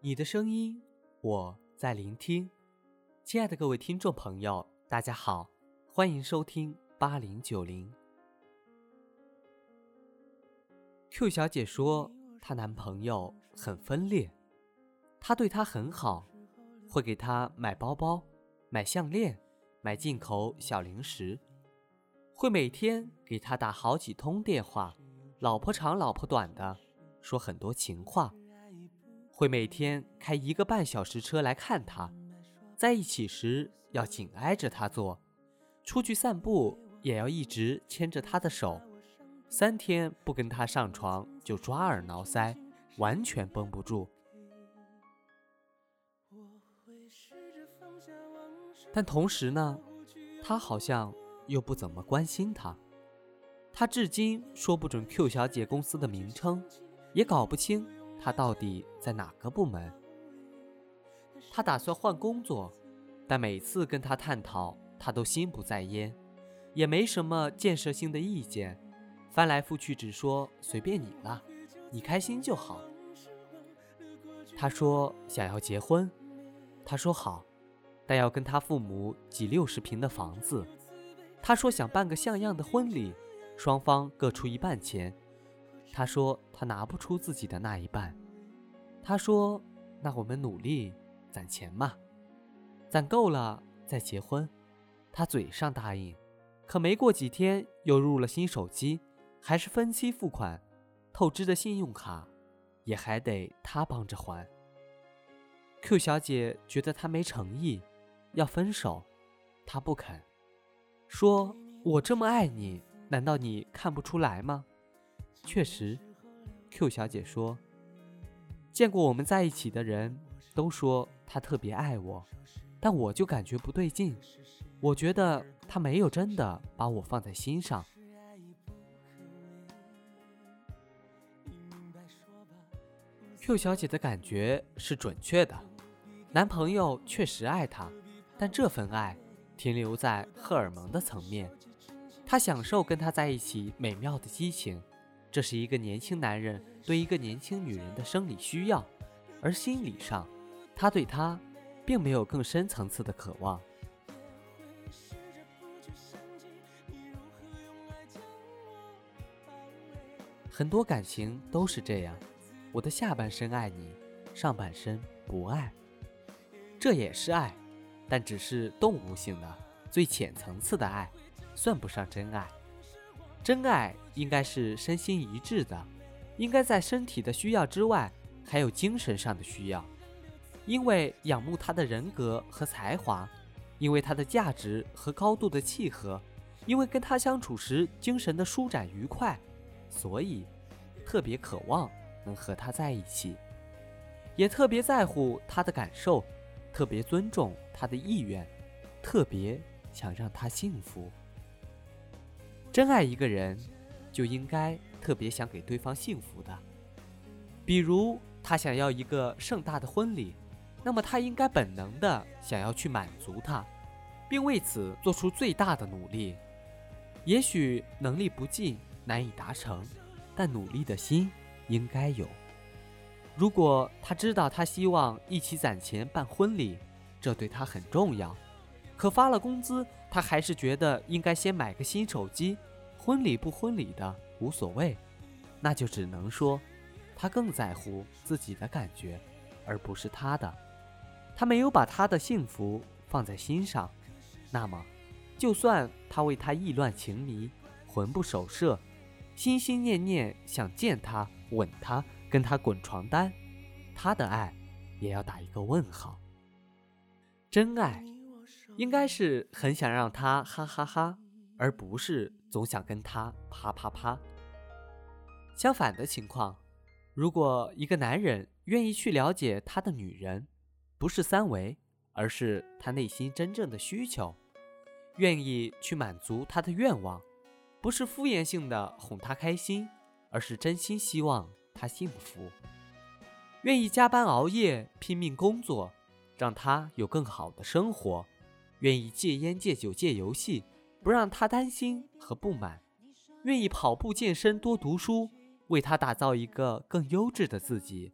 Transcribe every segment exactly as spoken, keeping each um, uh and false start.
你的声音，我在聆听。亲爱的各位听众朋友，大家好，欢迎收听八零九零。Q 小姐说，她男朋友很分裂，他对她很好，会给她买包包、买项链、买进口小零食，会每天给她打好几通电话，老婆长老婆短的，说很多情话，会每天开一个半小时车来看她，在一起时要紧挨着她坐，出去散步也要一直牵着她的手，三天不跟她上床就抓耳挠腮，完全绷不住。但同时呢，他好像又不怎么关心她。他至今说不准 Q 小姐公司的名称，也搞不清她到底在哪个部门。他打算换工作，但每次跟他探讨，他都心不在焉，也没什么建设性的意见，翻来覆去只说随便你了，你开心就好。他说想要结婚，他说好，但要跟他父母挤六十平的房子。他说想办个像样的婚礼，双方各出一半钱。他说他拿不出自己的那一半。他说那我们努力攒钱嘛，攒够了再结婚。他嘴上答应，可没过几天又入了新手机，还是分期付款，透支的信用卡也还得他帮着还。 Q 小姐觉得他没诚意，要分手，他不肯，说我这么爱你，难道你看不出来吗？确实， Q 小姐说，见过我们在一起的人都说他特别爱我，但我就感觉不对劲，我觉得他没有真的把我放在心上。Q 小姐的感觉是准确的，男朋友确实爱她，但这份爱停留在荷尔蒙的层面。她享受跟他在一起美妙的激情，这是一个年轻男人对一个年轻女人的生理需要，而心理上，他对她并没有更深层次的渴望。很多感情都是这样，我的下半身爱你，上半身不爱。这也是爱，但只是动物性的最浅层次的爱，算不上真爱。真爱应该是身心一致的，应该在身体的需要之外还有精神上的需要，因为仰慕他的人格和才华，因为他的价值和高度的契合，因为跟他相处时精神的舒展愉快，所以特别渴望能和他在一起，也特别在乎他的感受，特别尊重他的意愿，特别想让他幸福。真爱一个人，就应该特别想给对方幸福的。比如他想要一个盛大的婚礼，那么他应该本能的想要去满足他，并为此做出最大的努力。也许能力不尽，难以达成，但努力的心应该有。如果他知道他希望一起攒钱办婚礼，这对他很重要，可发了工资，他还是觉得应该先买个新手机，婚礼不婚礼的无所谓，那就只能说他更在乎自己的感觉，而不是他的。他没有把他的幸福放在心上，那么就算他为他意乱情迷，魂不守舍，心心念念想见他，吻他，跟他滚床单，他的爱也要打一个问号。真爱应该是很想让他哈哈哈，而不是总想跟他啪啪啪。相反的情况，如果一个男人愿意去了解他的女人，不是三维，而是他内心真正的需求，愿意去满足他的愿望，不是敷衍性的哄他开心，而是真心希望他幸福，愿意加班熬夜拼命工作，让他有更好的生活，愿意戒烟戒酒戒游戏，不让他担心和不满，愿意跑步健身多读书，为他打造一个更优质的自己，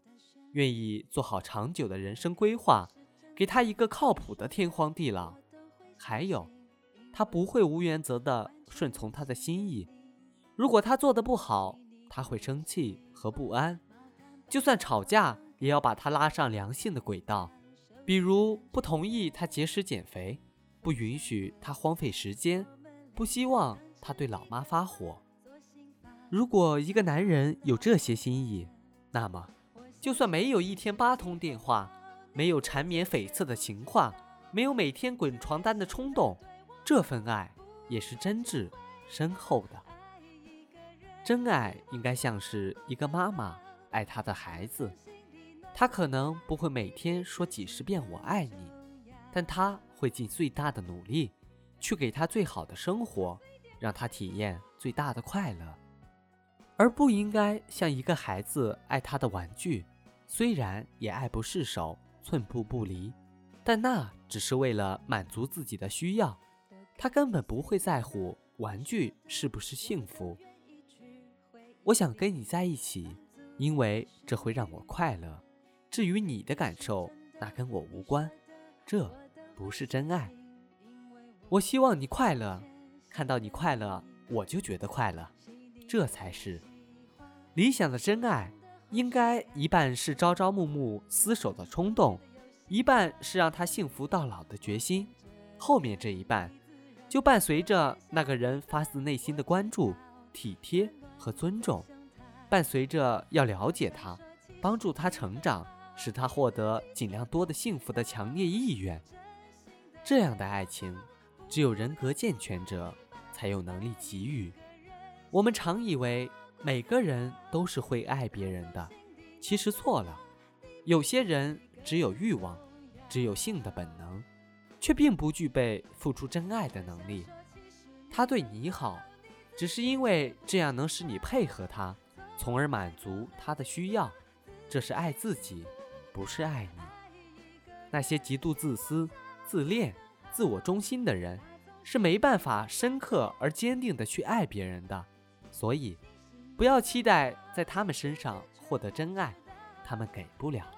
愿意做好长久的人生规划，给他一个靠谱的天荒地老。还有，他不会无原则地顺从他的心意，如果他做得不好，他会生气和不安，就算吵架也要把他拉上良性的轨道，比如不同意他节食减肥，不允许他荒废时间，不希望他对老妈发火。如果一个男人有这些心意，那么就算没有一天八通电话，没有缠绵悱恻的情话，没有每天滚床单的冲动，这份爱也是真挚深厚的。真爱应该像是一个妈妈爱她的孩子，她可能不会每天说几十遍我爱你，但她会尽最大的努力去给他最好的生活，让他体验最大的快乐，而不应该像一个孩子爱他的玩具，虽然也爱不释手，寸步不离，但那只是为了满足自己的需要，他根本不会在乎玩具是不是幸福。我想跟你在一起，因为这会让我快乐，至于你的感受，那跟我无关，这不是真爱。我希望你快乐，看到你快乐，我就觉得快乐，这才是理想的真爱。应该一半是朝朝暮暮厮守的冲动，一半是让他幸福到老的决心，后面这一半就伴随着那个人发自内心的关注、体贴和尊重，伴随着要了解他，帮助他成长，使他获得尽量多的幸福的强烈意愿。这样的爱情只有人格健全者才有能力给予。我们常以为每个人都是会爱别人的，其实错了。有些人只有欲望，只有性的本能，却并不具备付出真爱的能力。他对你好，只是因为这样能使你配合他，从而满足他的需要，这是爱自己，不是爱你。那些极度自私、自恋、自我中心的人，是没办法深刻而坚定地去爱别人的，所以不要期待在他们身上获得真爱，他们给不了。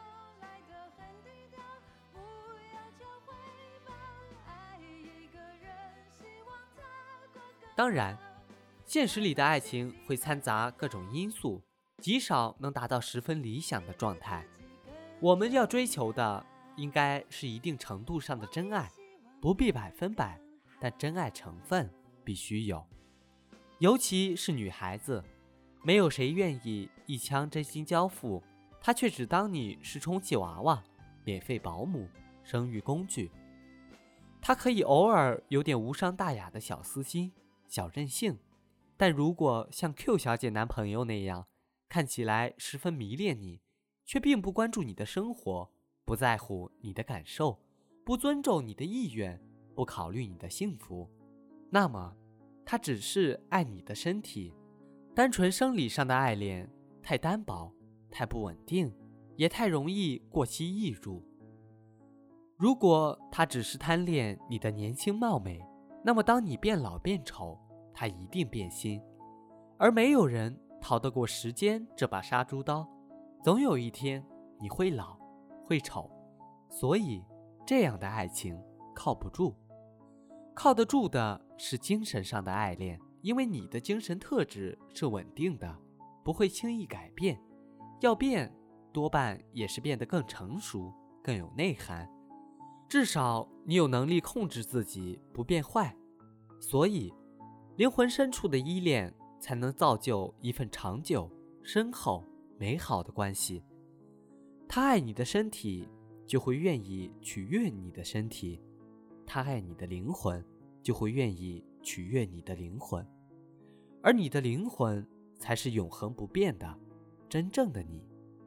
当然，现实里的爱情会掺杂各种因素，极少能达到十分理想的状态。我们要追求的应该是一定程度上的真爱，不必百分百，但真爱成分必须有。尤其是女孩子，没有谁愿意一腔真心交付，她却只当你是充气娃娃、免费保姆、生育工具。她可以偶尔有点无伤大雅的小私心、小任性，但如果像 Q 小姐男朋友那样，看起来十分迷恋你，却并不关注你的生活，不在乎你的感受，不尊重你的意愿，不考虑你的幸福，那么他只是爱你的身体。单纯生理上的爱恋太单薄，太不稳定，也太容易过期易入。如果他只是贪恋你的年轻貌美，那么当你变老变丑，他一定变心。而没有人逃得过时间这把杀猪刀，总有一天你会老会丑，所以这样的爱情靠不住。靠得住的是精神上的爱恋，因为你的精神特质是稳定的，不会轻易改变，要变多半也是变得更成熟，更有内涵，至少你有能力控制自己不变坏。所以灵魂深处的依恋才能造就一份长久、深厚、美好的关系。他爱你的身体，就会愿意取悦你的身体，他爱你的灵魂，就会愿意取悦你的灵魂，而你的灵魂才是永恒不变的真正的你。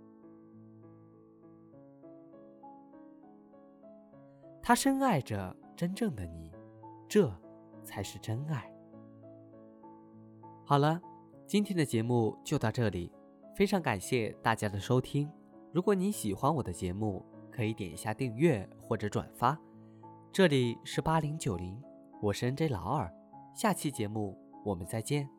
他深爱着真正的你，这才是真爱。好了，今天的节目就到这里，非常感谢大家的收听。如果你喜欢我的节目，可以点一下订阅或者转发。这里是八零九零，我是 N J 老二，下期节目我们再见。